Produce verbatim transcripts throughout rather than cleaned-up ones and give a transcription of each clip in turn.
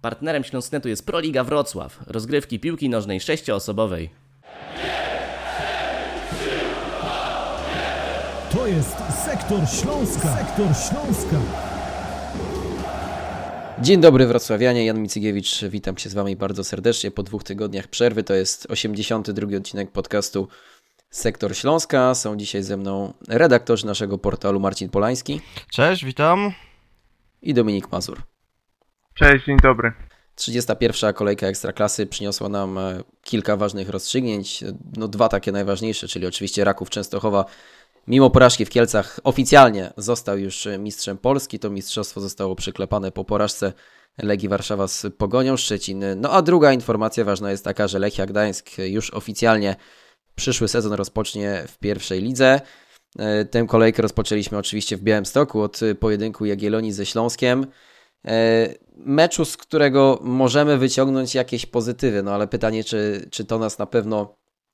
Partnerem Śląsknetu jest Proliga Wrocław, rozgrywki piłki nożnej sześcioosobowej. To jest Sektor Śląska. Sektor Śląska. Dzień dobry wrocławianie, Jan Micygiewicz, witam się z Wami bardzo serdecznie po dwóch tygodniach przerwy. To jest osiemdziesiąty drugi odcinek podcastu Sektor Śląska. Są dzisiaj ze mną redaktorzy naszego portalu Marcin Polański. Cześć, witam. I Dominik Mazur. Cześć, dzień dobry. trzydziesta pierwsza kolejka Ekstraklasy przyniosła nam kilka ważnych rozstrzygnięć. No dwa takie najważniejsze, czyli oczywiście Raków Częstochowa mimo porażki w Kielcach oficjalnie został już mistrzem Polski. To mistrzostwo zostało przyklepane po porażce Legii Warszawa z Pogonią Szczecin. No a druga informacja ważna jest taka, że Lechia Gdańsk już oficjalnie przyszły sezon rozpocznie w pierwszej lidze. Tę kolejkę rozpoczęliśmy oczywiście w Białymstoku od pojedynku Jagiellonii ze Śląskiem. Meczu, z którego możemy wyciągnąć jakieś pozytywy, no ale pytanie, czy, czy to nas na pewno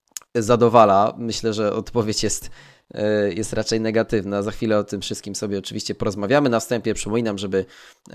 zadowala. Myślę, że odpowiedź jest, jest raczej negatywna. Za chwilę o tym wszystkim sobie oczywiście porozmawiamy. Na wstępie przypominam, żeby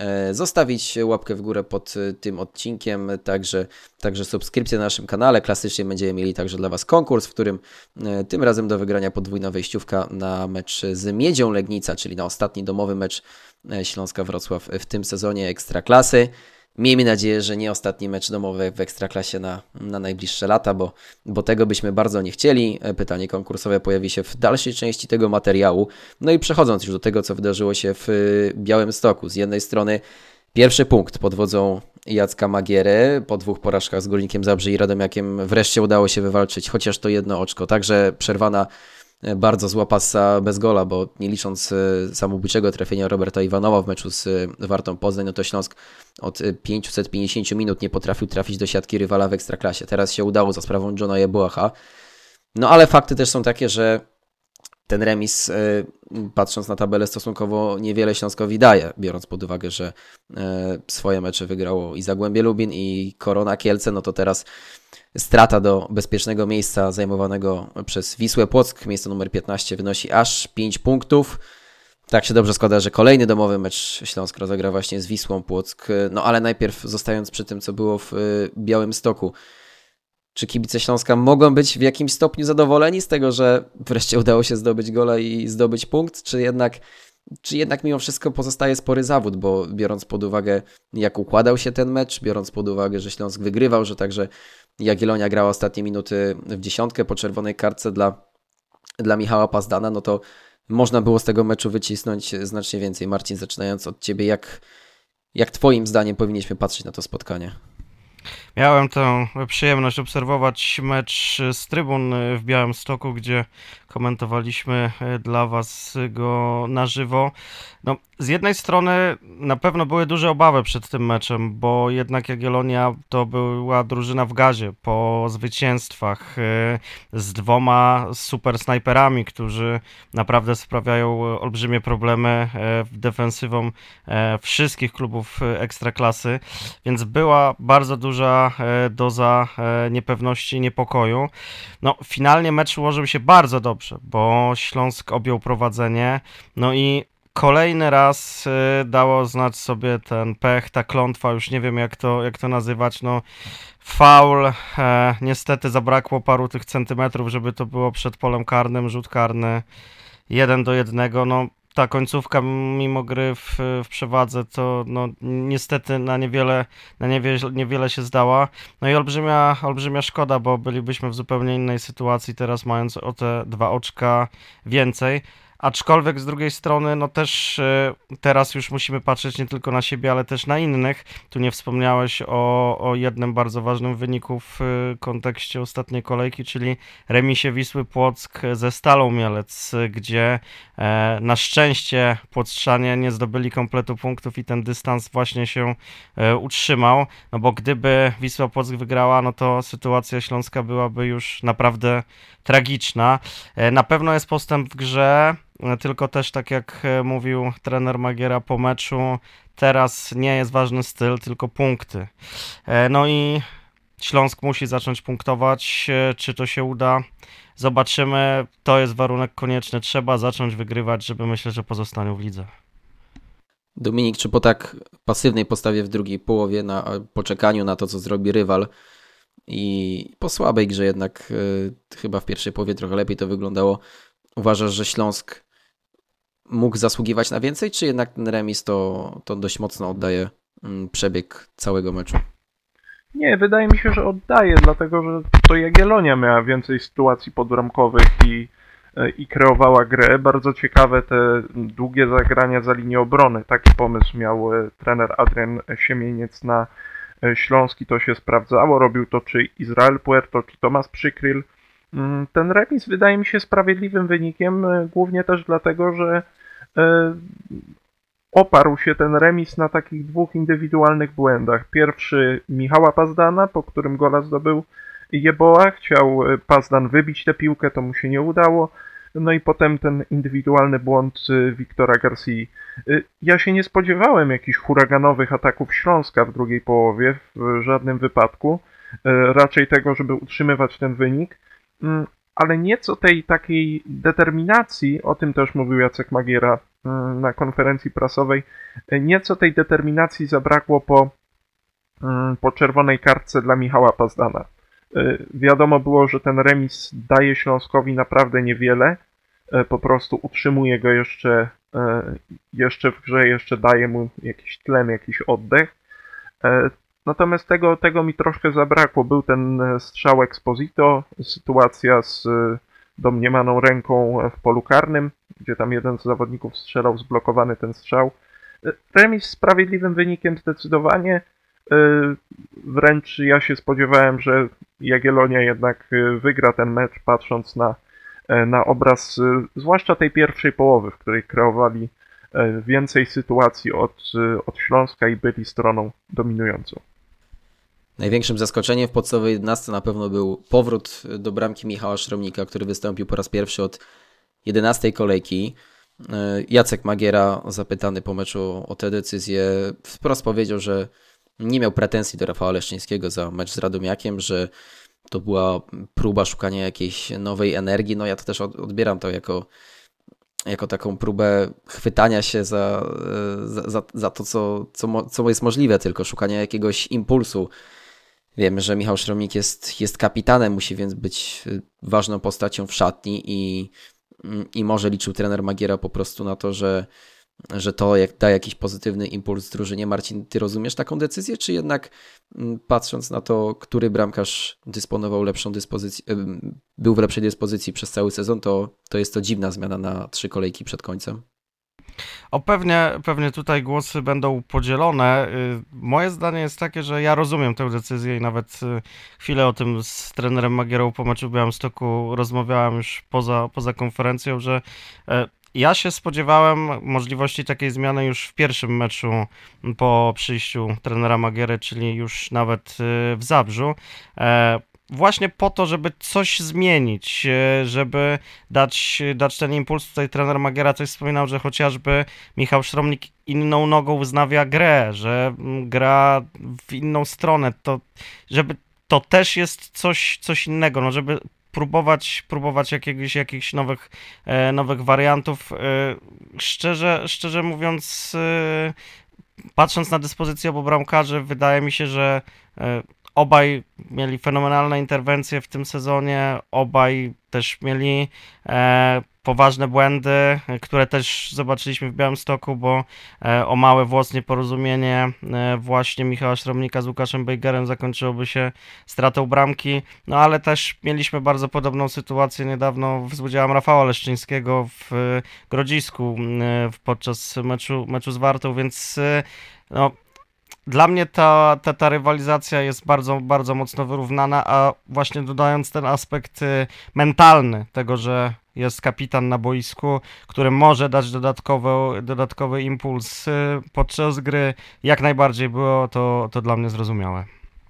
zostawić łapkę w górę pod tym odcinkiem, także, także subskrypcję na naszym kanale. Klasycznie będziemy mieli także dla Was konkurs, w którym tym razem do wygrania podwójna wejściówka na mecz z Miedzią Legnica, czyli na ostatni domowy mecz Śląska Wrocław w tym sezonie Ekstraklasy. Miejmy nadzieję, że nie ostatni mecz domowy w Ekstraklasie na, na najbliższe lata, bo, bo tego byśmy bardzo nie chcieli. Pytanie konkursowe pojawi się w dalszej części tego materiału. No i przechodząc już do tego, co wydarzyło się w Białymstoku. Z jednej strony pierwszy punkt pod wodzą Jacka Magiery. Po dwóch porażkach z Górnikiem Zabrze i Radomiakiem wreszcie udało się wywalczyć chociaż to jedno oczko. Także przerwana bardzo zła passa bez gola, bo nie licząc samobójczego trafienia Roberta Iwanowa w meczu z Wartą Poznań, no to Śląsk od pięćset pięćdziesiąt minut nie potrafił trafić do siatki rywala w Ekstraklasie. Teraz się udało za sprawą Johna Jeboacha. No ale fakty też są takie, że ten remis, patrząc na tabelę, stosunkowo niewiele Śląskowi daje, biorąc pod uwagę, że swoje mecze wygrało i Zagłębie Lubin, i Korona Kielce, no to teraz strata do bezpiecznego miejsca zajmowanego przez Wisłę Płock, miejsce numer piętnaście, wynosi aż pięć punktów. Tak się dobrze składa, że kolejny domowy mecz Śląsk rozegra właśnie z Wisłą Płock. No ale najpierw zostając przy tym, co było w Białymstoku. Czy kibice Śląska mogą być w jakimś stopniu zadowoleni z tego, że wreszcie udało się zdobyć gola i zdobyć punkt? Czy jednak, czy jednak mimo wszystko pozostaje spory zawód, bo biorąc pod uwagę, jak układał się ten mecz, biorąc pod uwagę, że Śląsk wygrywał, że także Jagiellonia grała ostatnie minuty w dziesiątkę po czerwonej kartce dla, dla Michała Pazdana, no to można było z tego meczu wycisnąć znacznie więcej. Marcin, zaczynając od Ciebie, jak, jak Twoim zdaniem powinniśmy patrzeć na to spotkanie? Miałem tę przyjemność obserwować mecz z trybun w Białymstoku, gdzie komentowaliśmy dla Was go na żywo. No, z jednej strony na pewno były duże obawy przed tym meczem, bo jednak Jagiellonia to była drużyna w gazie po zwycięstwach z dwoma super snajperami, którzy naprawdę sprawiają olbrzymie problemy defensywom wszystkich klubów Ekstraklasy, więc była bardzo duża doza niepewności i niepokoju. No, finalnie mecz ułożył się bardzo dobrze, bo Śląsk objął prowadzenie, no i kolejny raz dało znać sobie ten pech, ta klątwa, już nie wiem jak to, jak to nazywać, no faul, e, niestety zabrakło paru tych centymetrów, żeby to było przed polem karnym, rzut karny, jeden do jednego, no ta końcówka mimo gry w, w przewadze to no niestety na niewiele, na niewiele, niewiele się zdała. No i olbrzymia, olbrzymia szkoda, bo bylibyśmy w zupełnie innej sytuacji teraz, mając o te dwa oczka więcej. Aczkolwiek z drugiej strony, no też teraz już musimy patrzeć nie tylko na siebie, ale też na innych. Tu nie wspomniałeś o, o jednym bardzo ważnym wyniku w kontekście ostatniej kolejki, czyli remisie Wisły Płock ze Stalą Mielec, gdzie e, na szczęście płockczanie nie zdobyli kompletu punktów i ten dystans właśnie się e, utrzymał, no bo gdyby Wisła Płock wygrała, no to sytuacja Śląska byłaby już naprawdę tragiczna. E, na pewno jest postęp w grze, tylko też tak jak mówił trener Magiera po meczu, teraz nie jest ważny styl, tylko punkty. No i Śląsk musi zacząć punktować. Czy to się uda? Zobaczymy. To jest warunek konieczny. Trzeba zacząć wygrywać, żeby myśleć o pozostaniu w lidze. Dominik, czy po tak pasywnej postawie w drugiej połowie, na poczekaniu na to, co zrobi rywal i po słabej grze jednak y, chyba w pierwszej połowie trochę lepiej to wyglądało, uważasz, że Śląsk mógł zasługiwać na więcej, czy jednak ten remis to, to dość mocno oddaje y, przebieg całego meczu? Nie, wydaje mi się, że oddaje, dlatego że to Jagiellonia miała więcej sytuacji podbramkowych i, i kreowała grę. Bardzo ciekawe te długie zagrania za linię obrony. Taki pomysł miał trener Adrian Siemieniec na Śląski, to się sprawdzało. Robił to czy Izrael Puerto, czy Tomasz Przykryl. Ten remis wydaje mi się sprawiedliwym wynikiem, głównie też dlatego, że oparł się ten remis na takich dwóch indywidualnych błędach. Pierwszy Michała Pazdana, po którym gola zdobył Jeboa. Chciał Pazdan wybić tę piłkę, to mu się nie udało. No i potem ten indywidualny błąd Wiktora Garcii. Ja się nie spodziewałem jakichś huraganowych ataków Śląska w drugiej połowie, w żadnym wypadku. Raczej tego, żeby utrzymywać ten wynik. Ale nieco tej takiej determinacji, o tym też mówił Jacek Magiera na konferencji prasowej, nieco tej determinacji zabrakło po, po czerwonej kartce dla Michała Pazdana. Wiadomo było, że ten remis daje Śląskowi naprawdę niewiele, po prostu utrzymuje go jeszcze, jeszcze w grze, jeszcze daje mu jakiś tlen, jakiś oddech. Natomiast tego, tego mi troszkę zabrakło. Był ten strzał Exposito, sytuacja z domniemaną ręką w polu karnym, gdzie tam jeden z zawodników strzelał zblokowany ten strzał. Remis z sprawiedliwym wynikiem zdecydowanie. Wręcz ja się spodziewałem, że Jagiellonia jednak wygra ten mecz, patrząc na, na obraz, zwłaszcza tej pierwszej połowy, w której kreowali więcej sytuacji od, od Śląska i byli stroną dominującą. Największym zaskoczeniem w podstawowej jedenastce na pewno był powrót do bramki Michała Szromnika, który wystąpił po raz pierwszy od jedenastej kolejki. Jacek Magiera, zapytany po meczu o tę decyzję, wprost powiedział, że nie miał pretensji do Rafała Leszczyńskiego za mecz z Radomiakiem, że to była próba szukania jakiejś nowej energii. No ja to też odbieram to jako, jako taką próbę chwytania się za, za, za to, co, co, co jest możliwe, tylko szukania jakiegoś impulsu. Wiemy, że Michał Szromnik jest, jest kapitanem, musi więc być ważną postacią w szatni i, i może liczył trener Magiera po prostu na to, że, że to jak da jakiś pozytywny impuls drużynie. Marcin, ty rozumiesz taką decyzję, czy jednak patrząc na to, który bramkarz dysponował lepszą dyspozycją, był w lepszej dyspozycji przez cały sezon, to, to jest to dziwna zmiana na trzy kolejki przed końcem? O pewnie, pewnie tutaj głosy będą podzielone. Moje zdanie jest takie, że ja rozumiem tę decyzję i nawet chwilę o tym z trenerem Magierą po meczu w Białymstoku rozmawiałem już poza, poza konferencją, że ja się spodziewałem możliwości takiej zmiany już w pierwszym meczu po przyjściu trenera Magiery, czyli już nawet w Zabrzu. Właśnie po to, żeby coś zmienić, żeby dać, dać ten impuls. Tutaj trener Magiera coś wspominał, że chociażby Michał Szromnik inną nogą wznawia grę, że gra w inną stronę, to żeby to też jest coś, coś innego, no żeby próbować, próbować jakiegoś, jakichś nowych, nowych wariantów. Szczerze, szczerze mówiąc, patrząc na dyspozycję obu bramkarzy, wydaje mi się, że obaj mieli fenomenalne interwencje w tym sezonie, obaj też mieli e, poważne błędy, które też zobaczyliśmy w Białymstoku, bo e, o małe włoskie porozumienie e, właśnie Michała Szromnika z Łukaszem Bejgerem zakończyłoby się stratą bramki, no ale też mieliśmy bardzo podobną sytuację niedawno z udziałem Rafała Leszczyńskiego w e, Grodzisku e, podczas meczu, meczu z Wartą, więc e, no dla mnie ta, ta, ta rywalizacja jest bardzo, bardzo mocno wyrównana, a właśnie dodając ten aspekt mentalny tego, że jest kapitan na boisku, który może dać dodatkowy, dodatkowy impuls podczas gry, jak najbardziej było to, to dla mnie zrozumiałe.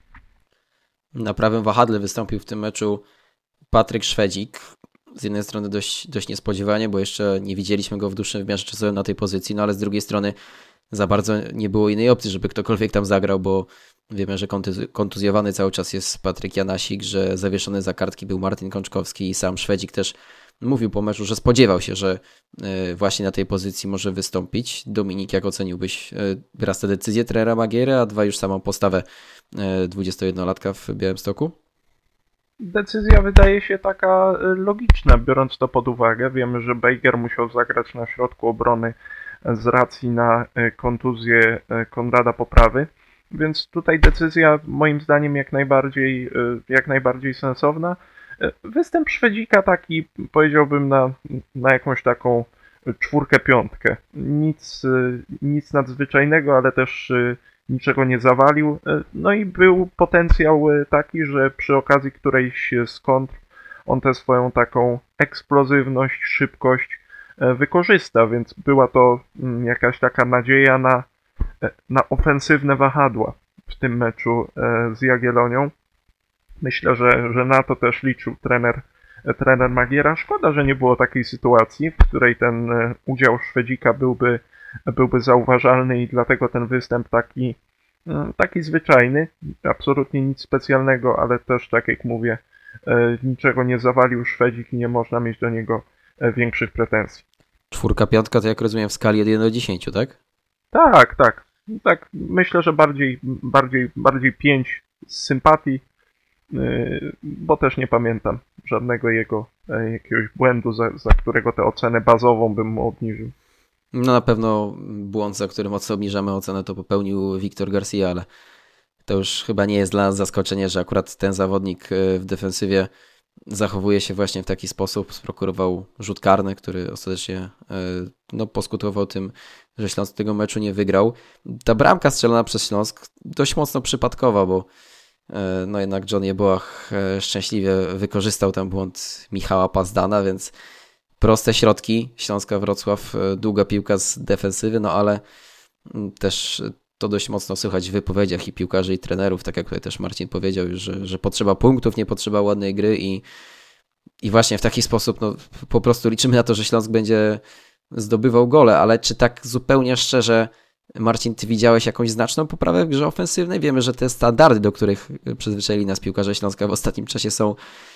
Na prawym wahadle wystąpił w tym meczu Patryk Szwedzik. Z jednej strony dość, dość niespodziewanie, bo jeszcze nie widzieliśmy go w dłuższym wymiarze czasowym na tej pozycji, no ale z drugiej strony za bardzo nie było innej opcji, żeby ktokolwiek tam zagrał, bo wiemy, że kontuz- kontuzjowany cały czas jest Patryk Janasik, że zawieszony za kartki był Martin Kączkowski i sam Szwedzik też mówił po meczu, że spodziewał się, że właśnie na tej pozycji może wystąpić. Dominik, jak oceniłbyś raz tę decyzję trenera Magiery, a dwa już samą postawę dwudziestojednolatka w Białymstoku? Decyzja wydaje się taka logiczna, biorąc to pod uwagę. Wiemy, że Bejger musiał zagrać na środku obrony z racji na kontuzję Konrada Poprawy, więc tutaj decyzja moim zdaniem jak najbardziej, jak najbardziej sensowna. Występ Szwedzika taki, powiedziałbym, na, na jakąś taką czwórkę, piątkę. Nic, nic nadzwyczajnego, ale też niczego nie zawalił. No i był potencjał taki, że przy okazji którejś z kontr on tę swoją taką eksplozywność, szybkość wykorzysta, więc była to jakaś taka nadzieja na, na ofensywne wahadła w tym meczu z Jagiellonią. Myślę, że, że na to też liczył trener, trener Magiera. Szkoda, że nie było takiej sytuacji, w której ten udział Szwedzika byłby, byłby zauważalny i dlatego ten występ taki, taki zwyczajny, absolutnie nic specjalnego, ale też, tak jak mówię, niczego nie zawalił Szwedzik i nie można mieć do niego większych pretensji. Czwórka, piątka to jak rozumiem w skali od jeden do dziesięciu, tak? Tak, tak. Tak, myślę, że bardziej, bardziej, bardziej pięć z sympatii, bo też nie pamiętam żadnego jego jakiegoś błędu, za, za którego tę ocenę bazową bym mu obniżył. No na pewno błąd, za który mocno obniżamy ocenę, to popełnił Wiktor Garcia, ale to już chyba nie jest dla nas zaskoczenie, że akurat ten zawodnik w defensywie zachowuje się właśnie w taki sposób. Sprokurował rzut karny, który ostatecznie no, poskutował tym, że Śląsk tego meczu nie wygrał. Ta bramka strzelona przez Śląsk dość mocno przypadkowa, bo no jednak John Jeboach szczęśliwie wykorzystał ten błąd Michała Pazdana, więc proste środki Śląska Wrocław, długa piłka z defensywy, no ale też to dość mocno słychać w wypowiedziach i piłkarzy, i trenerów, tak jak tutaj też Marcin powiedział już, że, że potrzeba punktów, nie potrzeba ładnej gry i, i właśnie w taki sposób no, po prostu liczymy na to, że Śląsk będzie zdobywał gole, ale czy tak zupełnie szczerze, Marcin, ty widziałeś jakąś znaczną poprawę w grze ofensywnej? Wiemy, że te standardy, do których przyzwyczaili nas piłkarze Śląska w ostatnim czasie są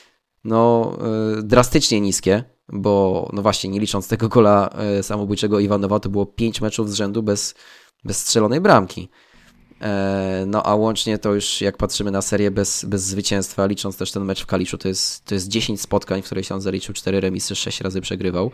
no, yy, drastycznie niskie, bo no właśnie nie licząc tego gola yy, samobójczego Iwanowa, to było pięć meczów z rzędu bez, bez strzelonej bramki. Yy, no a łącznie to już jak patrzymy na serię bez, bez zwycięstwa, licząc też ten mecz w Kaliszu, to jest, to jest dziesięć spotkań, w których Śląsk zaliczył cztery remisy, sześć razy przegrywał.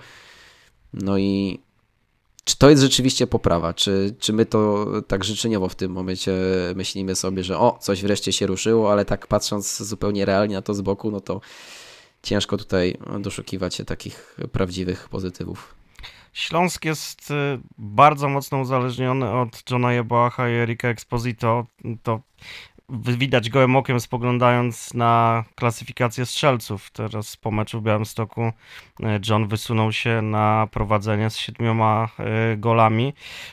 No i czy to jest rzeczywiście poprawa? Czy, czy my to tak życzeniowo w tym momencie myślimy sobie, że o, coś wreszcie się ruszyło, ale tak patrząc zupełnie realnie na to z boku, no to ciężko tutaj doszukiwać się takich prawdziwych pozytywów. Śląsk jest bardzo mocno uzależniony od Johna Jeboacha i Erika Exposito. To widać gołym okiem, spoglądając na klasyfikację strzelców. Teraz po meczu w Białymstoku John wysunął się na prowadzenie z siedmioma golami.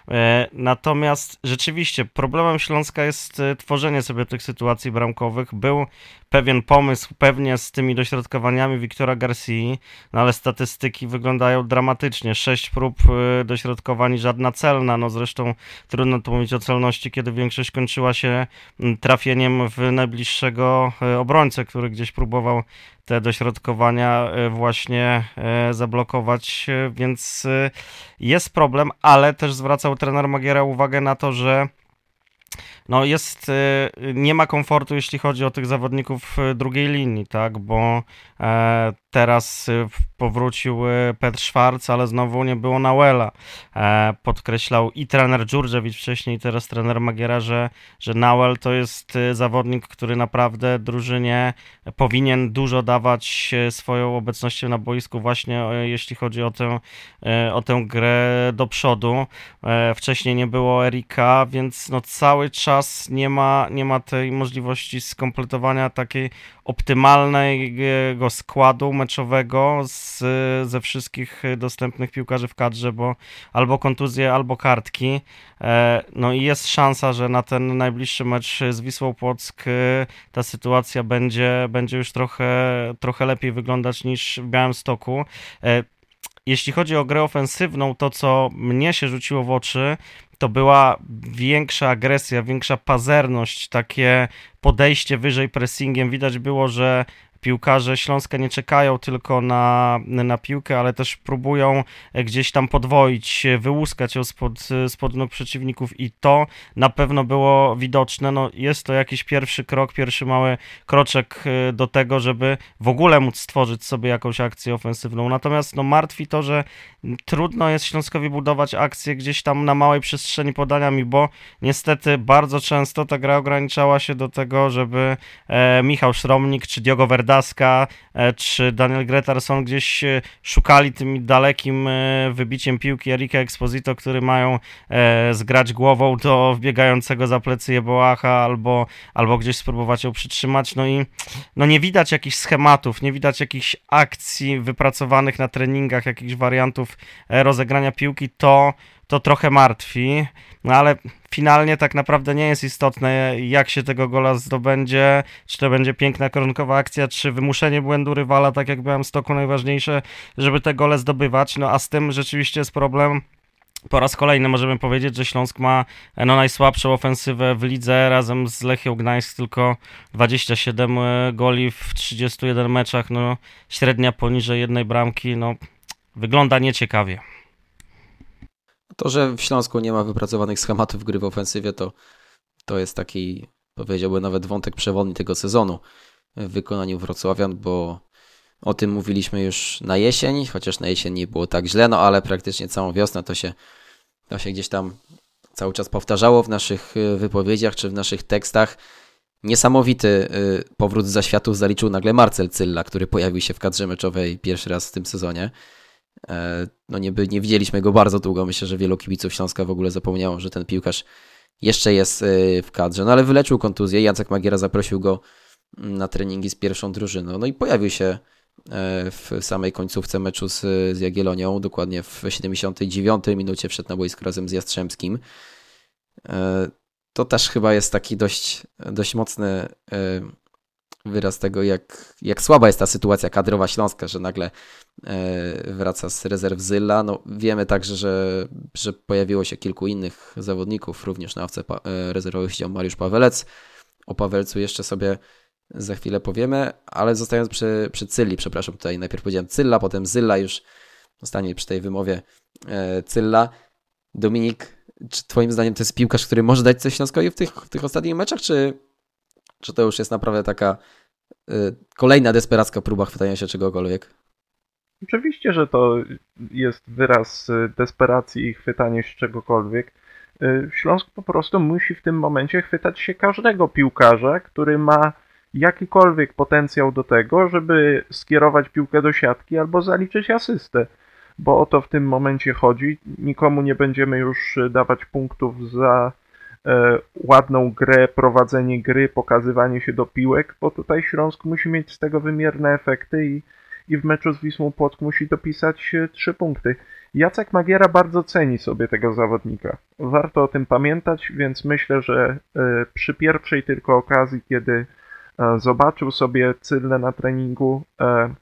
Natomiast rzeczywiście problemem Śląska jest tworzenie sobie tych sytuacji bramkowych. Był pewien pomysł pewnie z tymi dośrodkowaniami Wiktora Garcii, no ale statystyki wyglądają dramatycznie. Sześć prób dośrodkowań, żadna celna. No zresztą trudno tu mówić o celności, kiedy większość kończyła się trafieniem w najbliższego obrońcę, który gdzieś próbował te dośrodkowania właśnie zablokować, więc jest problem, ale też zwracał trener Magiera uwagę na to, że no jest, nie ma komfortu, jeśli chodzi o tych zawodników drugiej linii, tak, bo teraz powrócił Petr Schwarz, ale znowu nie było Nauela. Podkreślał i trener Dżurdżewicz wcześniej, i teraz trener Magiera, że, że Nauel to jest zawodnik, który naprawdę drużynie powinien dużo dawać swoją obecnością na boisku, właśnie jeśli chodzi o tę, o tę grę do przodu. Wcześniej nie było Erika, więc no cały czas nie ma, nie ma tej możliwości skompletowania takiej optymalnego składu meczowego z, ze wszystkich dostępnych piłkarzy w kadrze, bo albo kontuzje, albo kartki. No i jest szansa, że na ten najbliższy mecz z Wisłą Płock ta sytuacja będzie, będzie już trochę, trochę lepiej wyglądać niż w Białymstoku. Jeśli chodzi o grę ofensywną, to co mnie się rzuciło w oczy, to była większa agresja, większa pazerność, takie podejście wyżej pressingiem. Widać było, że piłkarze Śląska nie czekają tylko na, na piłkę, ale też próbują gdzieś tam podwoić, wyłuskać ją spod, spod nóg przeciwników i to na pewno było widoczne. No, jest to jakiś pierwszy krok, pierwszy mały kroczek do tego, żeby w ogóle móc stworzyć sobie jakąś akcję ofensywną. Natomiast no, martwi to, że trudno jest Śląskowi budować akcję gdzieś tam na małej przestrzeni podaniami, bo niestety bardzo często ta gra ograniczała się do tego, żeby e, Michał Szromnik, czy Diogo Verdaska, e, czy Daniel Gretarsson gdzieś e, szukali tym dalekim e, wybiciem piłki Erika Exposito, który mają e, zgrać głową do wbiegającego za plecy Jeboacha albo, albo gdzieś spróbować ją przytrzymać. No i no nie widać jakichś schematów, nie widać jakichś akcji wypracowanych na treningach, jakichś wariantów e, rozegrania piłki, to to trochę martwi, no ale finalnie tak naprawdę nie jest istotne, jak się tego gola zdobędzie, czy to będzie piękna koronkowa akcja, czy wymuszenie błędu rywala, tak jak w Białymstoku, najważniejsze, żeby te gole zdobywać, no a z tym rzeczywiście jest problem. Po raz kolejny możemy powiedzieć, że Śląsk ma no, najsłabszą ofensywę w lidze, razem z Lechią Gdańsk tylko dwadzieścia siedem goli w trzydziestu jeden meczach, no średnia poniżej jednej bramki, no wygląda nieciekawie. To, że w Śląsku nie ma wypracowanych schematów gry w ofensywie, to, to jest taki, powiedziałbym, nawet wątek przewodni tego sezonu w wykonaniu wrocławian, bo o tym mówiliśmy już na jesień, chociaż na jesień nie było tak źle, no ale praktycznie całą wiosnę to się, to się gdzieś tam cały czas powtarzało w naszych wypowiedziach czy w naszych tekstach. Niesamowity powrót z zaświatów zaliczył nagle Marcel Cylla, który pojawił się w kadrze meczowej pierwszy raz w tym sezonie. No nie, by, nie widzieliśmy go bardzo długo. Myślę, że wielu kibiców Śląska w ogóle zapomniało, że ten piłkarz jeszcze jest w kadrze. No ale wyleczył kontuzję. Jacek Magiera zaprosił go na treningi z pierwszą drużyną. No i pojawił się w samej końcówce meczu z, z Jagiellonią. Dokładnie w siedemdziesiątej dziewiątej minucie wszedł na boisko razem z Jastrzębskim. To też chyba jest taki dość, dość mocny wyraz tego, jak, jak słaba jest ta sytuacja kadrowa Śląska, że nagle e, wraca z rezerw Zylla. No, wiemy także, że, że pojawiło się kilku innych zawodników, również na ławce pa- e, rezerwowych siedział Mariusz Pawelec. O Pawelcu jeszcze sobie za chwilę powiemy, ale zostając przy, przy Cylli, przepraszam, tutaj najpierw powiedziałem Cylla, potem Zylla, już zostanie przy tej wymowie e, Cylla. Dominik, czy twoim zdaniem to jest piłkarz, który może dać coś Śląskowi w tych, w tych ostatnich meczach, czy Czy to już jest naprawdę taka y, kolejna desperacka próba chwytania się czegokolwiek? Oczywiście, że to jest wyraz desperacji i chwytanie się czegokolwiek. Śląsk po prostu musi w tym momencie chwytać się każdego piłkarza, który ma jakikolwiek potencjał do tego, żeby skierować piłkę do siatki albo zaliczyć asystę. Bo o to w tym momencie chodzi. Nikomu nie będziemy już dawać punktów za e, ładną grę, prowadzenie gry, pokazywanie się do piłek, bo tutaj Śląsk musi mieć z tego wymierne efekty i, i w meczu z Wisłą Płock musi dopisać trzy punkty. Jacek Magiera bardzo ceni sobie tego zawodnika. Warto o tym pamiętać, więc myślę, że e, przy pierwszej tylko okazji, kiedy e, zobaczył sobie Cyllę na treningu, e,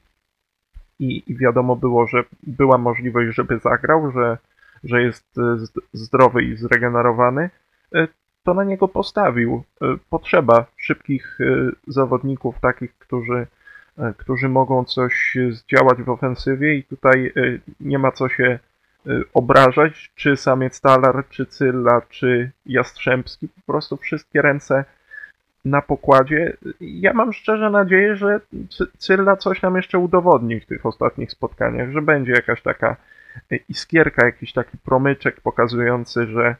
I, I wiadomo było, że była możliwość, żeby zagrał, że, że jest zdrowy i zregenerowany, to na niego postawił. Potrzeba szybkich zawodników, takich, którzy, którzy mogą coś zdziałać w ofensywie i tutaj nie ma co się obrażać, czy samiec Talar, czy Cylla, czy Jastrzębski, po prostu wszystkie ręce na pokładzie. Ja mam szczerze nadzieję, że Cylla coś nam jeszcze udowodni w tych ostatnich spotkaniach, że będzie jakaś taka iskierka, jakiś taki promyczek pokazujący, że,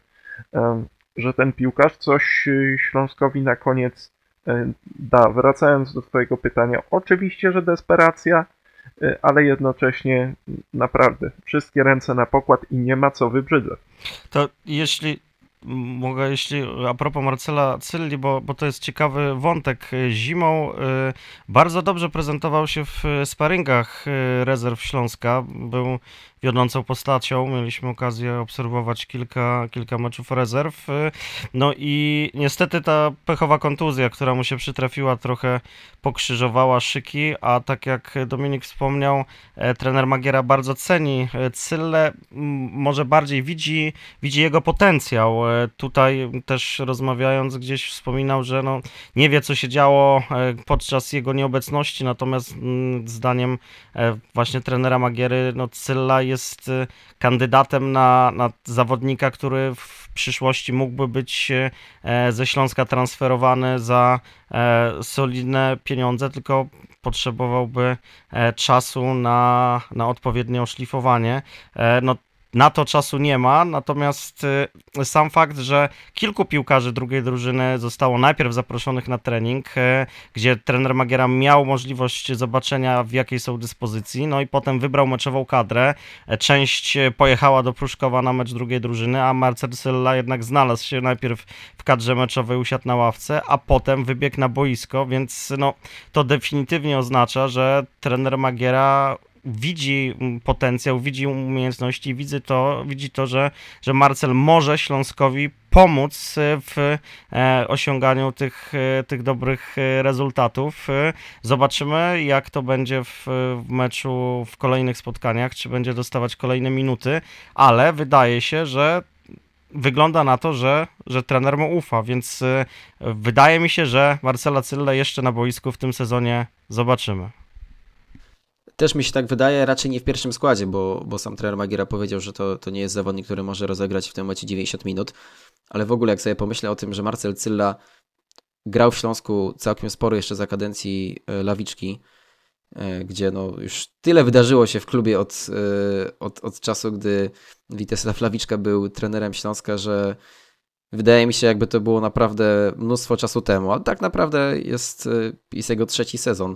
że ten piłkarz coś Śląskowi na koniec da. Wracając do twojego pytania, oczywiście, że desperacja, ale jednocześnie naprawdę wszystkie ręce na pokład i nie ma co wybrzydzać. To jeśli mogę, jeśli a propos Marcela Cylli, bo, bo to jest ciekawy wątek. Zimą y, bardzo dobrze prezentował się w sparingach y, rezerw Śląska. Był wiodącą postacią. Mieliśmy okazję obserwować kilka, kilka meczów rezerw. No i niestety ta pechowa kontuzja, która mu się przytrafiła, trochę pokrzyżowała szyki, a tak jak Dominik wspomniał, trener Magiera bardzo ceni Cyllę, może bardziej widzi, widzi jego potencjał. Tutaj też rozmawiając gdzieś wspominał, że no, nie wie, co się działo podczas jego nieobecności, natomiast zdaniem właśnie trenera Magiery, no Cylla jest kandydatem na, na zawodnika, który w przyszłości mógłby być ze Śląska transferowany za solidne pieniądze, tylko potrzebowałby czasu na, na odpowiednie oszlifowanie. No, na to czasu nie ma, natomiast sam fakt, że kilku piłkarzy drugiej drużyny zostało najpierw zaproszonych na trening, gdzie trener Magiera miał możliwość zobaczenia, w jakiej są dyspozycji, no i potem wybrał meczową kadrę. Część pojechała do Pruszkowa na mecz drugiej drużyny, a Marcel Cylla jednak znalazł się najpierw w kadrze meczowej, usiadł na ławce, a potem wybiegł na boisko, więc no, to definitywnie oznacza, że trener Magiera widzi potencjał, widzi umiejętności, widzi to, widzi to że, że Marcel może Śląskowi pomóc w osiąganiu tych, tych dobrych rezultatów. Zobaczymy, jak to będzie w, w meczu, w kolejnych spotkaniach, czy będzie dostawać kolejne minuty, ale wydaje się, że wygląda na to, że, że trener mu ufa, więc wydaje mi się, że Marcela Cyllę jeszcze na boisku w tym sezonie zobaczymy. Też mi się tak wydaje, raczej nie w pierwszym składzie, bo, bo sam trener Magiera powiedział, że to, to nie jest zawodnik, który może rozegrać w tym momencie dziewięćdziesiąt minut, ale w ogóle jak sobie pomyślę o tym, że Marcel Cylla grał w Śląsku całkiem sporo jeszcze za kadencji Lawiczki, gdzie no już tyle wydarzyło się w klubie od, od, od czasu, gdy Witesław Lawiczka był trenerem Śląska, że wydaje mi się, jakby to było naprawdę mnóstwo czasu temu, ale tak naprawdę jest, jest jego trzeci sezon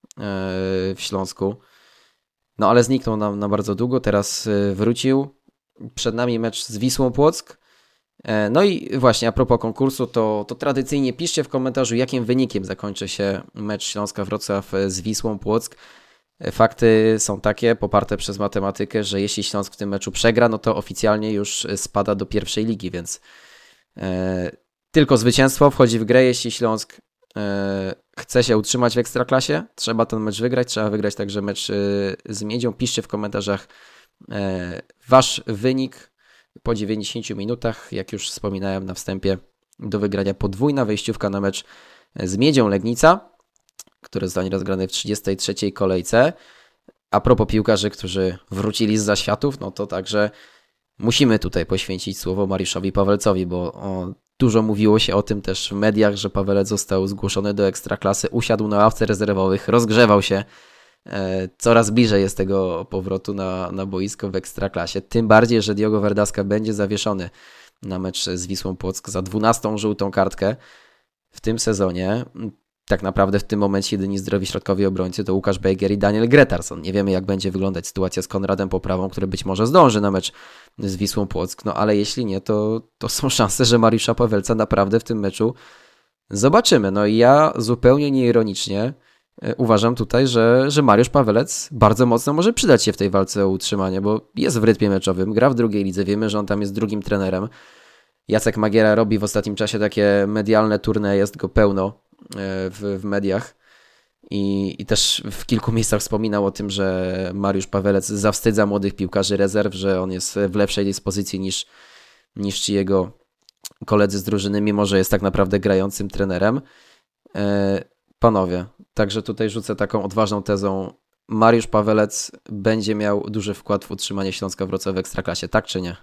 w Śląsku. No ale zniknął nam na bardzo długo, teraz wrócił. Przed nami mecz z Wisłą Płock. No i właśnie a propos konkursu, to, to tradycyjnie piszcie w komentarzu, jakim wynikiem zakończy się mecz Śląska Wrocław z Wisłą Płock. Fakty są takie, poparte przez matematykę, że jeśli Śląsk w tym meczu przegra, no to oficjalnie już spada do pierwszej ligi, więc e, tylko zwycięstwo wchodzi w grę, jeśli Śląsk e, chce się utrzymać w Ekstraklasie, trzeba ten mecz wygrać, trzeba wygrać także mecz e, z Miedzią. Piszcie w komentarzach e, wasz wynik po dziewięćdziesięciu minutach, jak już wspominałem na wstępie, do wygrania podwójna wejściówka na mecz z Miedzią Legnica, który zostanie rozgrany w trzydziestej trzeciej kolejce. A propos piłkarzy, którzy wrócili z zaświatów, no to także musimy tutaj poświęcić słowo Mariuszowi Pawelcowi, bo o, dużo mówiło się o tym też w mediach, że Pawelec został zgłoszony do Ekstraklasy, usiadł na ławce rezerwowych, rozgrzewał się. E, coraz bliżej jest tego powrotu na, na boisko w Ekstraklasie. Tym bardziej, że Diogo Verdaska będzie zawieszony na mecz z Wisłą Płock za dwunastą żółtą kartkę w tym sezonie. Tak naprawdę w tym momencie jedyni zdrowi środkowi obrońcy to Łukasz Bejger i Daniel Gretarsson. Nie wiemy, jak będzie wyglądać sytuacja z Konradem Poprawą, który być może zdąży na mecz z Wisłą Płock, no ale jeśli nie, to, to są szanse, że Mariusza Pawelca naprawdę w tym meczu zobaczymy. No i ja zupełnie nieironicznie uważam tutaj, że, że Mariusz Pawelec bardzo mocno może przydać się w tej walce o utrzymanie, bo jest w rytmie meczowym, gra w drugiej lidze, wiemy, że on tam jest drugim trenerem. Jacek Magiera robi w ostatnim czasie takie medialne tournée, jest go pełno w, w mediach I, i też w kilku miejscach wspominał o tym, że Mariusz Pawelec zawstydza młodych piłkarzy rezerw, że on jest w lepszej dyspozycji niż, niż ci jego koledzy z drużyny, mimo że jest tak naprawdę grającym trenerem. Panowie, także tutaj rzucę taką odważną tezą. Mariusz Pawelec będzie miał duży wkład w utrzymanie Śląska Wrocław w Ekstraklasie, tak czy nie?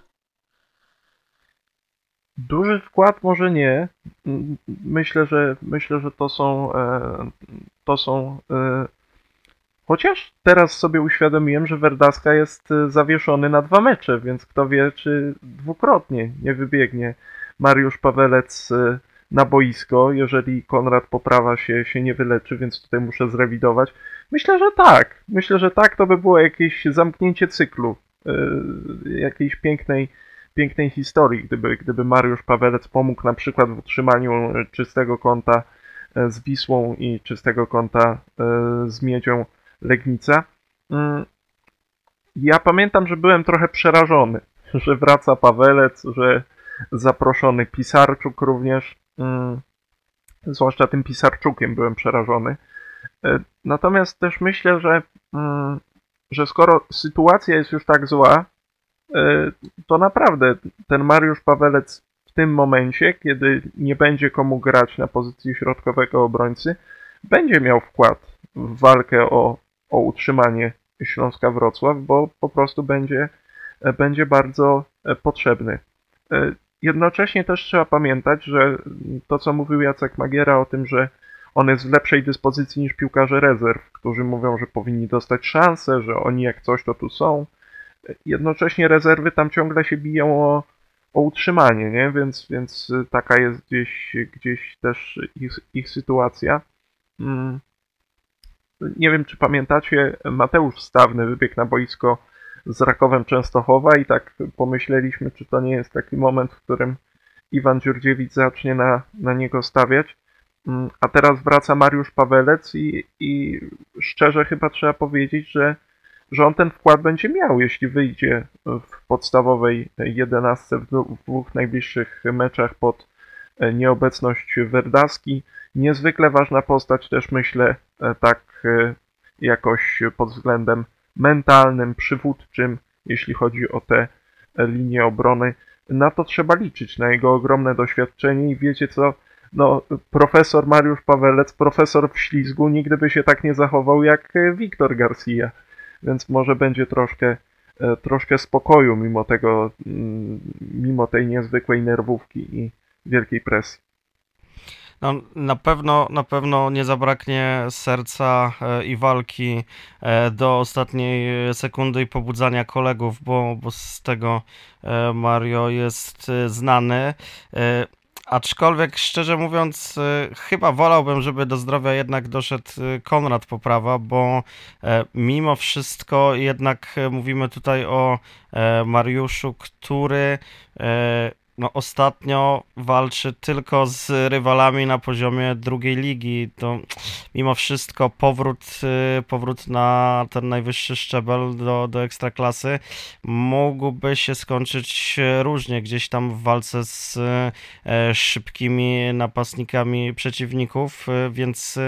Duży wkład może nie. Myślę, że myślę, że to są to są chociaż teraz sobie uświadomiłem, że Verdaska jest zawieszony na dwa mecze, więc kto wie, czy dwukrotnie nie wybiegnie Mariusz Pawelec na boisko, jeżeli Konrad Poprawa się, się nie wyleczy, więc tutaj muszę zrewidować. Myślę, że tak. Myślę, że tak, to by było jakieś zamknięcie cyklu jakiejś pięknej pięknej historii, gdyby, gdyby Mariusz Pawelec pomógł na przykład w utrzymaniu czystego konta z Wisłą i czystego konta z Miedzią Legnica. ja pamiętam, że byłem trochę przerażony, że wraca Pawelec, że zaproszony Pisarczuk również, mm, zwłaszcza tym Pisarczukiem byłem przerażony. Natomiast też myślę, że, mm, że skoro sytuacja jest już tak zła, to naprawdę ten Mariusz Pawelec w tym momencie, kiedy nie będzie komu grać na pozycji środkowego obrońcy, będzie miał wkład w walkę o, o utrzymanie Śląska Wrocław, bo po prostu będzie, będzie bardzo potrzebny. Jednocześnie też trzeba pamiętać, że to, co mówił Jacek Magiera o tym, że on jest w lepszej dyspozycji niż piłkarze rezerw, którzy mówią, że powinni dostać szansę, że oni jak coś to tu są. Jednocześnie rezerwy tam ciągle się biją o, o utrzymanie, nie? Więc, więc taka jest gdzieś, gdzieś też ich, ich sytuacja. Nie wiem, czy pamiętacie, Mateusz Stawny wybiegł na boisko z Rakowem Częstochowa i tak pomyśleliśmy, czy to nie jest taki moment, w którym Iwan Dziurdziewicz zacznie na, na niego stawiać. A teraz wraca Mariusz Pawelec i, i szczerze chyba trzeba powiedzieć, że, że on ten wkład będzie miał, jeśli wyjdzie w podstawowej jedenastce w dwóch najbliższych meczach pod nieobecność Werdaski. Niezwykle ważna postać też, myślę, tak jakoś pod względem mentalnym, przywódczym, jeśli chodzi o te linie obrony. Na to trzeba liczyć, na jego ogromne doświadczenie i wiecie co, no profesor Mariusz Pawelec, profesor w ślizgu, nigdy by się tak nie zachował jak Wiktor Garcia, więc może będzie troszkę, troszkę spokoju mimo tego, mimo tej niezwykłej nerwówki i wielkiej presji. No, na pewno, na pewno nie zabraknie serca i walki do ostatniej sekundy i pobudzania kolegów, bo, bo z tego Mario jest znany. Aczkolwiek, szczerze mówiąc, chyba wolałbym, żeby do zdrowia jednak doszedł Konrad Poprawa, bo mimo wszystko jednak mówimy tutaj o Mariuszu, który no, ostatnio walczy tylko z rywalami na poziomie drugiej ligi. To mimo wszystko powrót, powrót na ten najwyższy szczebel do, do Ekstraklasy mógłby się skończyć różnie, gdzieś tam w walce z szybkimi napastnikami przeciwników, więc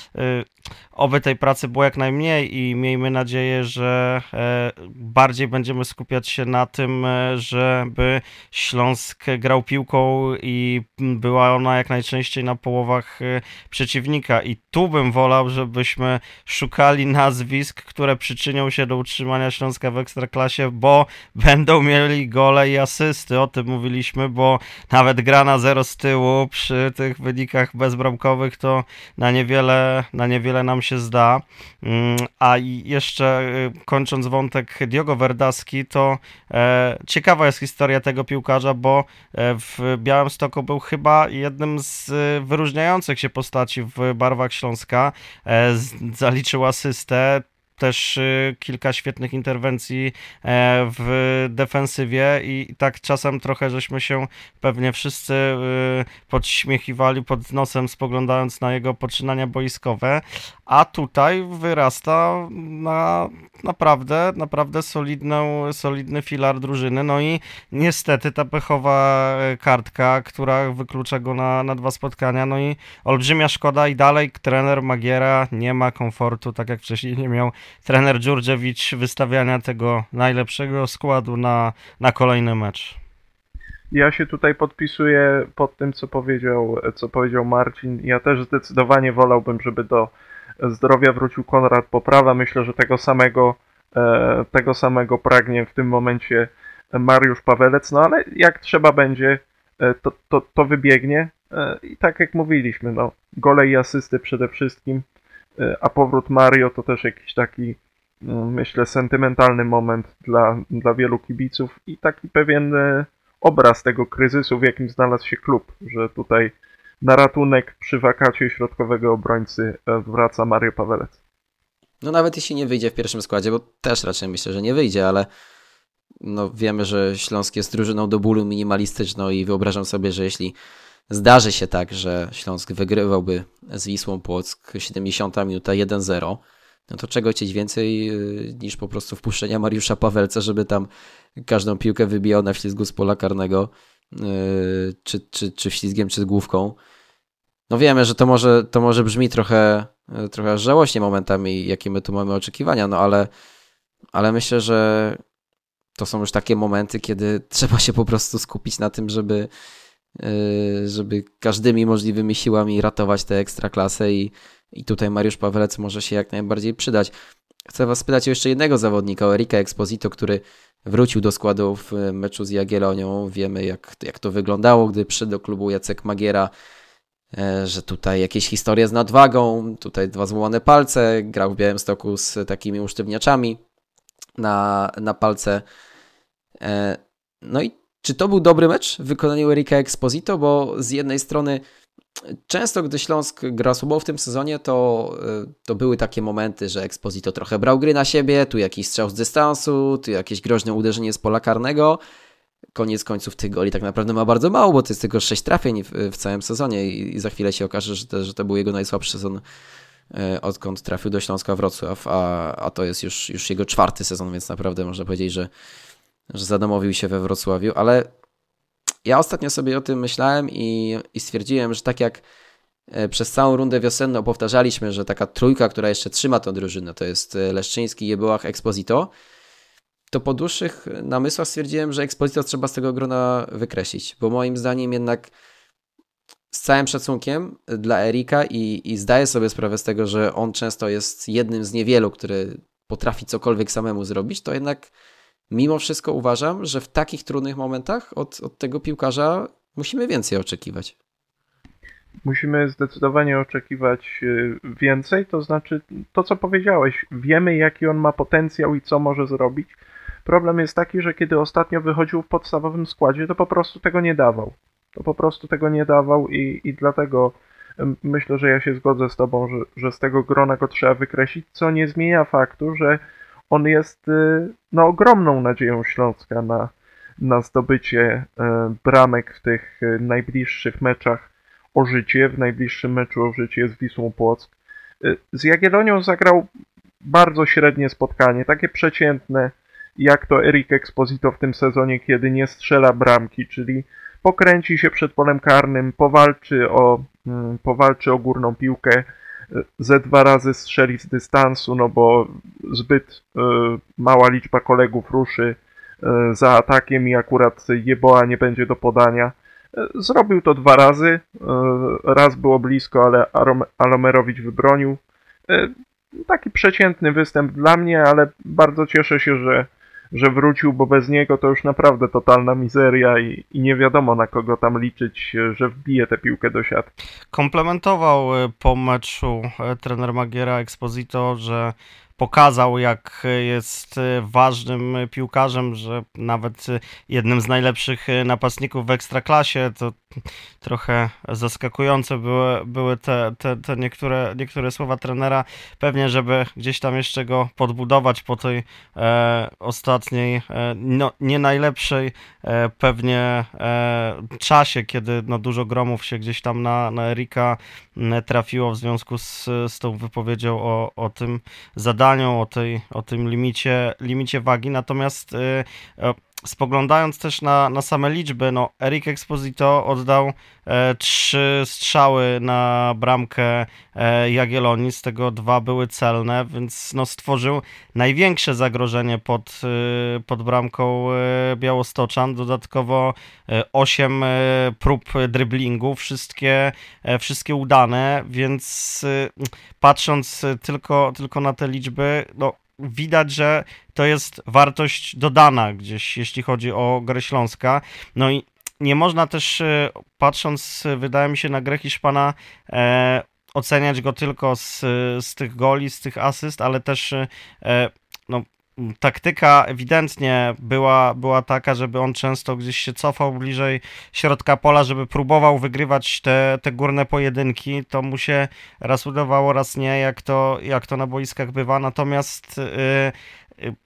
oby tej pracy było jak najmniej i miejmy nadzieję, że bardziej będziemy skupiać się na tym, żeby Śląsk grał piłką i była ona jak najczęściej na połowach przeciwnika. I tu bym wolał, żebyśmy szukali nazwisk, które przyczynią się do utrzymania Śląska w Ekstraklasie, bo będą mieli gole i asysty. O tym mówiliśmy, bo nawet gra na zero z tyłu przy tych wynikach bezbramkowych to na niewiele, na niewiele nam się zda. A jeszcze kończąc wątek Diogo Werdaski, to e, ciekawa jest historia tego piłkarza, bo w Białymstoku był chyba jednym z wyróżniających się postaci w barwach Śląska. E, zaliczył asystę, też kilka świetnych interwencji w defensywie i tak czasem trochę żeśmy się pewnie wszyscy podśmiechiwali pod nosem, spoglądając na jego poczynania boiskowe, a tutaj wyrasta na naprawdę, naprawdę solidną, solidny filar drużyny, no i niestety ta pechowa kartka, która wyklucza go na, na dwa spotkania, no i olbrzymia szkoda i dalej trener Magiera nie ma komfortu, tak jak wcześniej nie miał trener Dziurdziewicz wystawiania tego najlepszego składu na, na kolejny mecz. Ja się tutaj podpisuję pod tym, co powiedział, co powiedział Marcin. Ja też zdecydowanie wolałbym, żeby do zdrowia wrócił Konrad Poprawa. Myślę, że tego samego, tego samego pragnie w tym momencie Mariusz Pawelec, no ale jak trzeba będzie, to, to, to wybiegnie. I tak jak mówiliśmy, no, gole i asysty przede wszystkim, a powrót Mario to też jakiś taki, myślę, sentymentalny moment dla, dla wielu kibiców i taki pewien obraz tego kryzysu, w jakim znalazł się klub, że tutaj na ratunek przy wakacie środkowego obrońcy wraca Mario Pawelec. No nawet jeśli nie wyjdzie w pierwszym składzie, bo też raczej myślę, że nie wyjdzie, ale no wiemy, że Śląsk jest drużyną do bólu minimalistyczną i wyobrażam sobie, że jeśli zdarzy się tak, że Śląsk wygrywałby z Wisłą Płock, siedemdziesiąta minuta jeden zero, no to czego chcieć więcej niż po prostu wpuszczenia Mariusza Pawelca, żeby tam każdą piłkę wybijał na ślizgu z pola karnego, czy, czy, czy ślizgiem, czy główką. No wiemy, że to może, to może brzmi trochę, trochę żałośnie momentami, jakie my tu mamy oczekiwania, no ale, ale myślę, że to są już takie momenty, kiedy trzeba się po prostu skupić na tym, żeby, żeby każdymi możliwymi siłami ratować tę ekstraklasę i, i tutaj Mariusz Pawelec może się jak najbardziej przydać. Chcę was spytać o jeszcze jednego zawodnika, o Erika Exposito, który wrócił do składu w meczu z Jagiellonią. Wiemy, jak, jak to wyglądało, gdy przyszedł do klubu Jacek Magiera, że tutaj jakieś historie z nadwagą, tutaj dwa złamane palce, grał w Białymstoku z takimi usztywniaczami na, na palce. No i czy to był dobry mecz w wykonaniu Erika Exposito? Bo z jednej strony często, gdy Śląsk gra słabo w tym sezonie, to, to były takie momenty, że Exposito trochę brał gry na siebie, tu jakiś strzał z dystansu, tu jakieś groźne uderzenie z pola karnego. Koniec końców tych goli tak naprawdę ma bardzo mało, bo to jest tylko sześć trafień w, w całym sezonie i, i za chwilę się okaże, że to, że to był jego najsłabszy sezon, odkąd trafił do Śląska Wrocław, a, a to jest już, już jego czwarty sezon, więc naprawdę można powiedzieć, że, że zadomowił się we Wrocławiu, ale ja ostatnio sobie o tym myślałem i, i stwierdziłem, że tak jak przez całą rundę wiosenną powtarzaliśmy, że taka trójka, która jeszcze trzyma tę drużynę, to jest Leszczyński, Jebołach, Exposito, to po dłuższych namysłach stwierdziłem, że Exposito trzeba z tego grona wykreślić, bo moim zdaniem jednak z całym szacunkiem dla Erika i, i zdaję sobie sprawę z tego, że on często jest jednym z niewielu, który potrafi cokolwiek samemu zrobić, to jednak mimo wszystko uważam, że w takich trudnych momentach od, od tego piłkarza musimy więcej oczekiwać. Musimy zdecydowanie oczekiwać więcej, to znaczy to, co powiedziałeś, wiemy, jaki on ma potencjał i co może zrobić. Problem jest taki, że kiedy ostatnio wychodził w podstawowym składzie, to po prostu tego nie dawał. To po prostu tego nie dawał i, i dlatego myślę, że ja się zgodzę z tobą, że, że z tego grona go trzeba wykreślić, co nie zmienia faktu, że on jest no, ogromną nadzieją Śląska na, na zdobycie bramek w tych najbliższych meczach o życie. W najbliższym meczu o życie jest Wisłą Płock. Z Jagiellonią zagrał bardzo średnie spotkanie, takie przeciętne, jak to Erik Exposito w tym sezonie, kiedy nie strzela bramki, czyli pokręci się przed polem karnym, powalczy o, powalczy o górną piłkę, ze dwa razy strzeli z dystansu, no bo zbyt y, mała liczba kolegów ruszy y, za atakiem i akurat Jeboa nie będzie do podania. Y, zrobił to dwa razy, y, raz było blisko, ale Arom- Alomerowicz wybronił. Y, taki przeciętny występ dla mnie, ale bardzo cieszę się, że, że wrócił, bo bez niego to już naprawdę totalna mizeria i, i nie wiadomo, na kogo tam liczyć, że wbije tę piłkę do siatki. Komplementował po meczu trener Magiera Exposito, że pokazał, jak jest ważnym piłkarzem, że nawet jednym z najlepszych napastników w Ekstraklasie. To trochę zaskakujące były, były te, te, te niektóre, niektóre słowa trenera. Pewnie, żeby gdzieś tam jeszcze go podbudować po tej e, ostatniej, e, no, nie najlepszej e, pewnie e, czasie, kiedy no, dużo gromów się gdzieś tam na, na Erika trafiło w związku z, z tą wypowiedzią o, o tym zadaniu, o, tej, o tym limicie, limicie wagi. Natomiast e, spoglądając też na, na same liczby, no Erik Exposito oddał e, trzy strzały na bramkę e, Jagiellonii, z tego dwa były celne, więc no, stworzył największe zagrożenie pod, e, pod bramką e, Białostoczan. Dodatkowo e, osiem e, prób driblingu, wszystkie, e, wszystkie udane, więc e, patrząc tylko, tylko na te liczby, no widać, że to jest wartość dodana gdzieś, jeśli chodzi o grę Śląska. No i nie można też, patrząc, wydaje mi się, na grę Hiszpana, e, oceniać go tylko z, z tych goli, z tych asyst, ale też e, no, taktyka ewidentnie była, była taka, żeby on często gdzieś się cofał bliżej środka pola, żeby próbował wygrywać te, te górne pojedynki. To mu się raz udawało, raz nie, jak to, jak to na boiskach bywa. Natomiast yy, yy,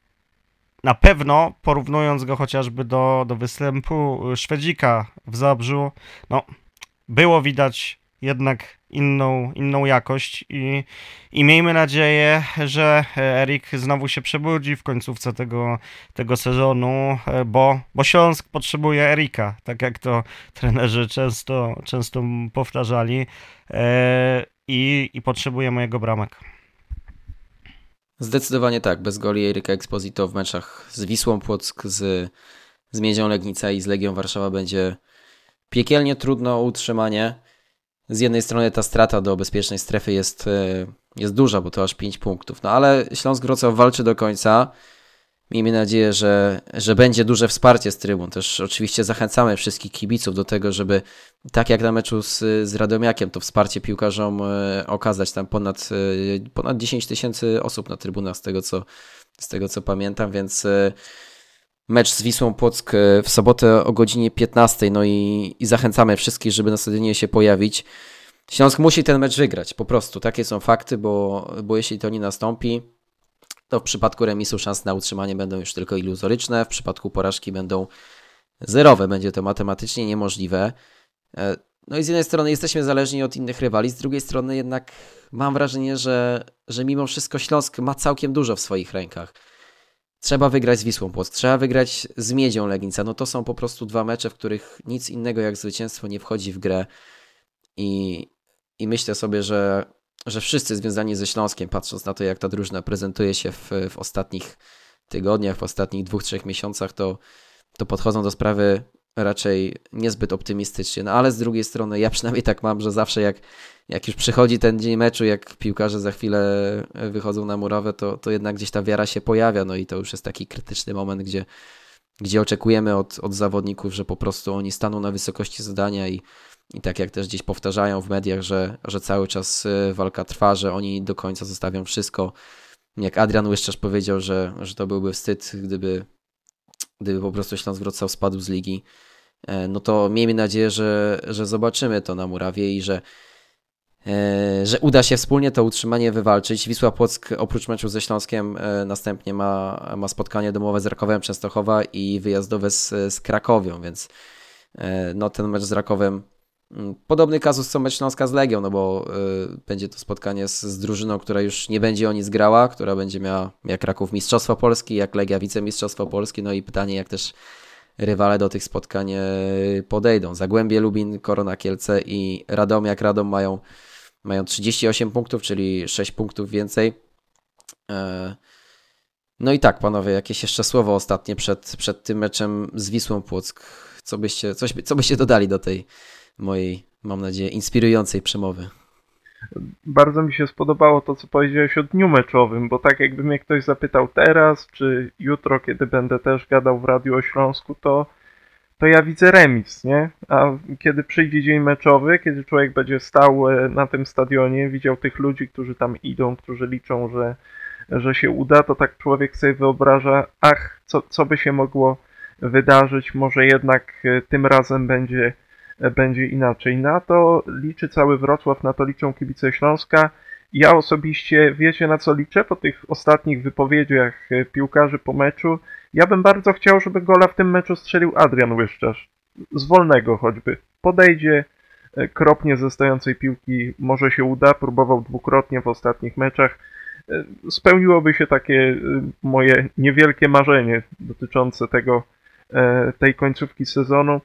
na pewno, porównując go chociażby do, do występu Szwedzika w Zabrzu, no, było widać jednak inną, inną jakość i, i miejmy nadzieję, że Erik znowu się przebudzi w końcówce tego, tego sezonu, bo, bo Śląsk potrzebuje Erika, tak jak to trenerzy często, często powtarzali i, i potrzebuje mojego bramek. Zdecydowanie tak, bez goli Eryka Exposito w meczach z Wisłą Płock, z, z Miedzią Legnica i z Legią Warszawa będzie piekielnie trudno o utrzymanie. Z jednej strony ta strata do bezpiecznej strefy jest, jest duża, bo to aż pięć punktów, no ale Śląsk Wrocław walczy do końca. Miejmy nadzieję, że, że będzie duże wsparcie z trybun. Też oczywiście zachęcamy wszystkich kibiców do tego, żeby tak jak na meczu z, z Radomiakiem, to wsparcie piłkarzom okazać. Tam ponad, ponad dziesięć tysięcy osób na trybunach z tego, co, z tego co pamiętam, więc mecz z Wisłą Płock w sobotę o godzinie piętnastej, no i, i zachęcamy wszystkich, żeby na stadionie się pojawić. Śląsk musi ten mecz wygrać, po prostu. Takie są fakty, bo, bo jeśli to nie nastąpi, to w przypadku remisu szanse na utrzymanie będą już tylko iluzoryczne, w przypadku porażki będą zerowe, będzie to matematycznie niemożliwe. No i z jednej strony jesteśmy zależni od innych rywali, z drugiej strony jednak mam wrażenie, że, że mimo wszystko Śląsk ma całkiem dużo w swoich rękach. Trzeba wygrać z Wisłą Płock, trzeba wygrać z Miedzią Legnica. No to są po prostu dwa mecze, w których nic innego jak zwycięstwo nie wchodzi w grę. I, i myślę sobie, że, że wszyscy związani ze Śląskiem, patrząc na to, jak ta drużyna prezentuje się w, w ostatnich tygodniach, w ostatnich dwóch, trzech miesiącach, to, to podchodzą do sprawy raczej niezbyt optymistycznie. No ale z drugiej strony ja przynajmniej tak mam, że zawsze jak, jak już przychodzi ten dzień meczu, jak piłkarze za chwilę wychodzą na murawę, to, to jednak gdzieś ta wiara się pojawia. No i to już jest taki krytyczny moment, gdzie, gdzie oczekujemy od, od zawodników, że po prostu oni staną na wysokości zadania i, i tak jak też gdzieś powtarzają w mediach, że, że cały czas walka trwa, że oni do końca zostawią wszystko. Jak Adrian Łyszczarz powiedział, że, że to byłby wstyd, gdyby gdyby po prostu Śląsk Wrocław spadł z ligi, no to miejmy nadzieję, że, że zobaczymy to na murawie i że, że uda się wspólnie to utrzymanie wywalczyć. Wisła Płock oprócz meczu ze Śląskiem następnie ma, ma spotkanie domowe z Rakowem Częstochowa i wyjazdowe z, z Krakowią, więc no ten mecz z Rakowem podobny kazus co mecz Śląska z Legią, no bo y, będzie to spotkanie z, z drużyną, która już nie będzie o nic grała, która będzie miała jak Raków Mistrzostwo Polski, jak Legia Wicemistrzostwo Polski, no i pytanie jak też rywale do tych spotkań podejdą. Zagłębie Lubin, Korona Kielce i Radomiak Radom mają, mają trzydzieści osiem punktów, czyli sześć punktów więcej. E, no i tak panowie, jakieś jeszcze słowo ostatnie przed, przed tym meczem z Wisłą Płock. Co byście, coś, co byście dodali do tej mojej, mam nadzieję, inspirującej przemowy? Bardzo mi się spodobało to, co powiedziałeś o dniu meczowym, bo tak jakby mnie ktoś zapytał teraz, czy jutro, kiedy będę też gadał w Radiu o Śląsku, to, to ja widzę remis, nie? A kiedy przyjdzie dzień meczowy, kiedy człowiek będzie stał na tym stadionie, widział tych ludzi, którzy tam idą, którzy liczą, że, że się uda, to tak człowiek sobie wyobraża, ach, co, co by się mogło wydarzyć, może jednak tym razem będzie będzie inaczej. Na to liczy cały Wrocław, na to liczą kibice Śląska. Ja osobiście, wiecie na co liczę? Po tych ostatnich wypowiedziach piłkarzy po meczu, ja bym bardzo chciał, żeby gola w tym meczu strzelił Adrian Łyszczarz. Z wolnego choćby. Podejdzie, kropnie ze stojącej piłki, może się uda, próbował dwukrotnie w ostatnich meczach. Spełniłoby się takie moje niewielkie marzenie dotyczące tego, tej końcówki sezonu.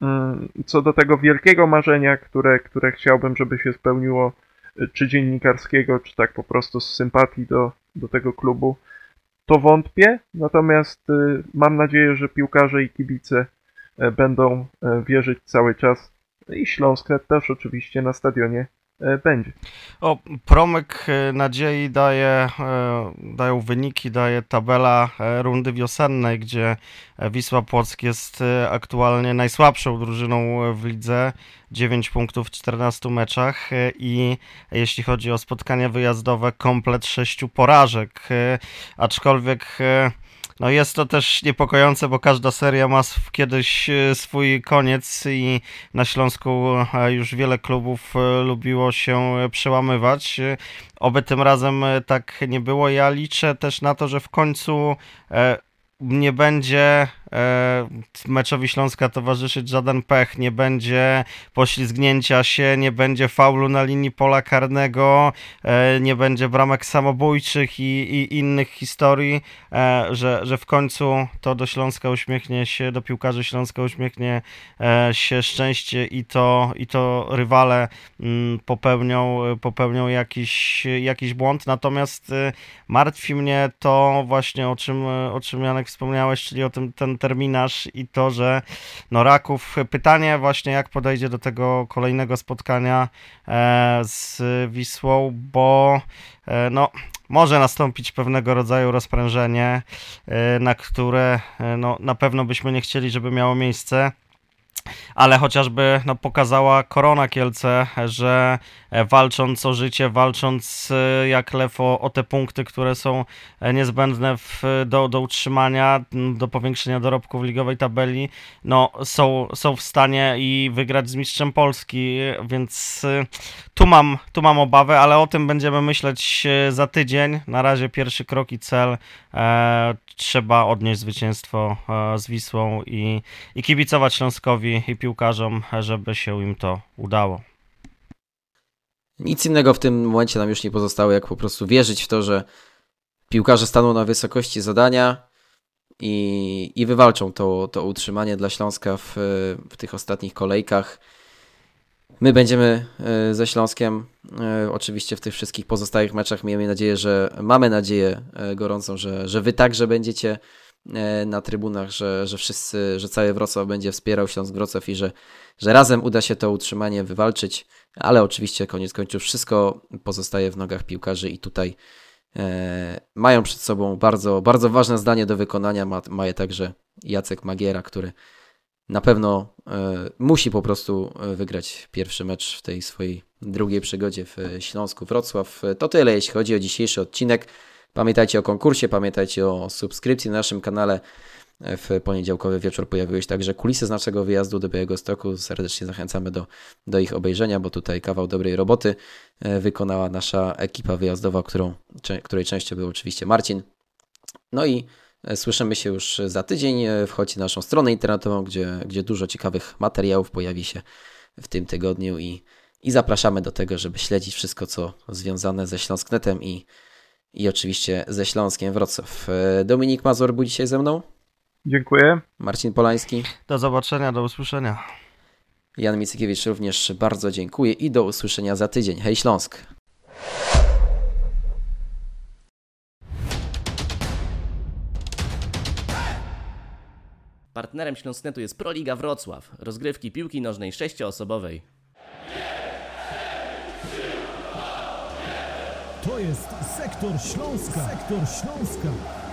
Co do tego wielkiego marzenia, które, które chciałbym, żeby się spełniło, czy dziennikarskiego, czy tak po prostu z sympatii do, do tego klubu, to wątpię. Natomiast mam nadzieję, że piłkarze i kibice będą wierzyć cały czas i Śląsk też oczywiście na stadionie będzie. O, promyk nadziei daje, dają wyniki, daje tabela rundy wiosennej, gdzie Wisła Płock jest aktualnie najsłabszą drużyną w lidze, dziewięć punktów w czternastu meczach i jeśli chodzi o spotkania wyjazdowe, komplet sześciu porażek, aczkolwiek no jest to też niepokojące, bo każda seria ma kiedyś swój koniec i na Śląsku już wiele klubów lubiło się przełamywać. Oby tym razem tak nie było. Ja liczę też na to, że w końcu nie będzie e, meczowi Śląska towarzyszyć żaden pech, nie będzie poślizgnięcia się, nie będzie faulu na linii pola karnego, e, nie będzie bramek samobójczych i, i innych historii, e, że, że w końcu to do Śląska uśmiechnie się, do piłkarzy Śląska uśmiechnie e, się szczęście i to, i to rywale m, popełnią, popełnią jakiś, jakiś błąd. Natomiast e, martwi mnie to właśnie, o czym, o czym Janek wspomniałeś, czyli o tym, ten terminarz i to, że no Raków, pytanie właśnie jak podejdzie do tego kolejnego spotkania e, z Wisłą, bo e, no może nastąpić pewnego rodzaju rozprężenie, e, na które e, no, na pewno byśmy nie chcieli, żeby miało miejsce. Ale chociażby no, pokazała Korona Kielce, że walcząc o życie, walcząc jak lew o, o te punkty, które są niezbędne w, do, do utrzymania, do powiększenia dorobku w ligowej tabeli, no są, są w stanie i wygrać z mistrzem Polski, więc tu mam, tu mam obawę, ale o tym będziemy myśleć za tydzień. Na razie pierwszy krok i cel. E, trzeba odnieść zwycięstwo e, z Wisłą i, i kibicować Śląskowi i piłkarzom, żeby się im to udało. Nic innego w tym momencie nam już nie pozostało, jak po prostu wierzyć w to, że piłkarze staną na wysokości zadania i, i wywalczą to, to utrzymanie dla Śląska w, w tych ostatnich kolejkach. My będziemy ze Śląskiem oczywiście w tych wszystkich pozostałych meczach. Miejmy nadzieję, że mamy nadzieję gorącą, że, że wy także będziecie na trybunach, że, że wszyscy, że cały Wrocław będzie wspierał Śląsk Wrocław i że, że razem uda się to utrzymanie wywalczyć, ale oczywiście koniec końców wszystko pozostaje w nogach piłkarzy i tutaj e, mają przed sobą bardzo, bardzo ważne zdanie do wykonania. Ma, ma je także Jacek Magiera, który na pewno e, musi po prostu wygrać pierwszy mecz w tej swojej drugiej przygodzie w Śląsku Wrocław. To tyle, jeśli chodzi o dzisiejszy odcinek. Pamiętajcie o konkursie, pamiętajcie o subskrypcji na naszym kanale. W poniedziałkowy wieczór pojawiły się także kulisy z naszego wyjazdu do Białegostoku. Serdecznie zachęcamy do, do ich obejrzenia, bo tutaj kawał dobrej roboty wykonała nasza ekipa wyjazdowa, którą, której częścią był oczywiście Marcin. No i słyszymy się już za tydzień. Wchodźcie na naszą stronę internetową, gdzie, gdzie dużo ciekawych materiałów pojawi się w tym tygodniu i, i zapraszamy do tego, żeby śledzić wszystko, co związane ze Śląsknetem i I oczywiście ze Śląskiem Wrocław. Dominik Mazur był dzisiaj ze mną. Dziękuję. Marcin Polański. Do zobaczenia, do usłyszenia. Jan Micykiewicz również bardzo dziękuję i do usłyszenia za tydzień. Hej Śląsk! Partnerem Śląsknetu jest Proliga Wrocław, rozgrywki piłki nożnej sześcioosobowej. To jest Sektor Śląska. Sektor Śląska.